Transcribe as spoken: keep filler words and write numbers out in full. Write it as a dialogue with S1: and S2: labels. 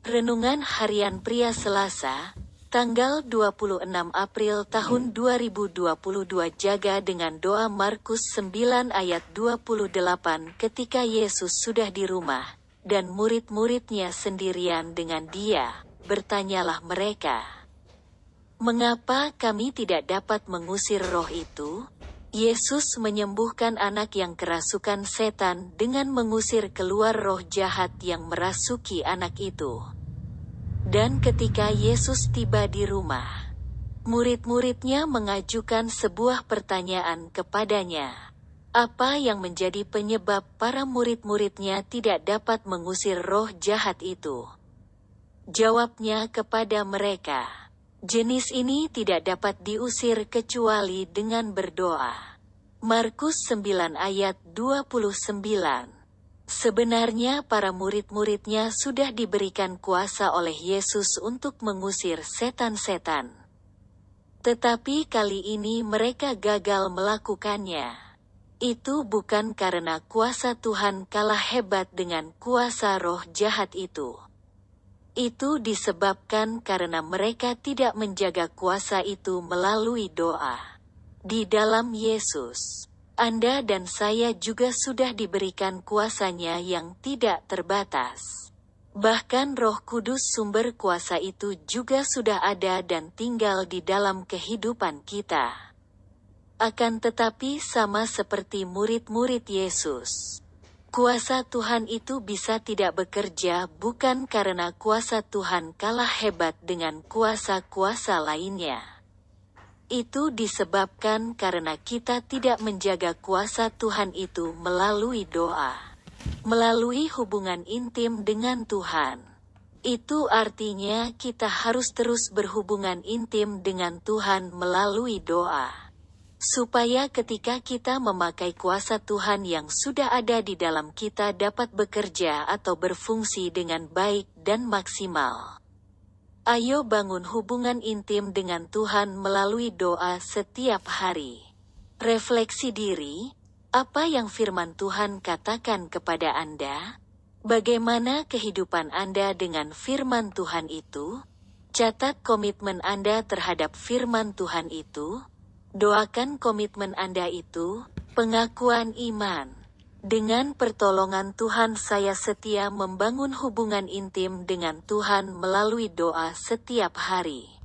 S1: Renungan Harian Pria Selasa, tanggal dua puluh enam April tahun dua ribu dua puluh dua. Jaga dengan doa. Markus sembilan ayat dua puluh delapan. Ketika Yesus sudah di rumah, dan murid-muridnya sendirian dengan Dia, bertanyalah mereka, "Mengapa kami tidak dapat mengusir roh itu?" Yesus menyembuhkan anak yang kerasukan setan dengan mengusir keluar roh jahat yang merasuki anak itu. Dan ketika Yesus tiba di rumah, murid-muridnya mengajukan sebuah pertanyaan kepadanya. Apa yang menjadi penyebab para murid-muridnya tidak dapat mengusir roh jahat itu? Jawabnya kepada mereka, "Jenis ini tidak dapat diusir kecuali dengan berdoa." Markus sembilan ayat dua puluh sembilan. Sebenarnya para murid-muridnya sudah diberikan kuasa oleh Yesus untuk mengusir setan-setan. Tetapi kali ini mereka gagal melakukannya. Itu bukan karena kuasa Tuhan kalah hebat dengan kuasa roh jahat itu. Itu disebabkan karena mereka tidak menjaga kuasa itu melalui doa. Di dalam Yesus, Anda dan saya juga sudah diberikan kuasanya yang tidak terbatas. Bahkan Roh Kudus, sumber kuasa itu, juga sudah ada dan tinggal di dalam kehidupan kita. Akan tetapi sama seperti murid-murid Yesus, kuasa Tuhan itu bisa tidak bekerja bukan karena kuasa Tuhan kalah hebat dengan kuasa-kuasa lainnya. Itu disebabkan karena kita tidak menjaga kuasa Tuhan itu melalui doa, melalui hubungan intim dengan Tuhan. Itu artinya kita harus terus berhubungan intim dengan Tuhan melalui doa, supaya ketika kita memakai kuasa Tuhan yang sudah ada di dalam kita dapat bekerja atau berfungsi dengan baik dan maksimal. Ayo bangun hubungan intim dengan Tuhan melalui doa setiap hari. Refleksi diri, apa yang firman Tuhan katakan kepada Anda? Bagaimana kehidupan Anda dengan firman Tuhan itu? Catat komitmen Anda terhadap firman Tuhan itu. Doakan komitmen Anda itu, pengakuan iman. Dengan pertolongan Tuhan, saya setia membangun hubungan intim dengan Tuhan melalui doa setiap hari.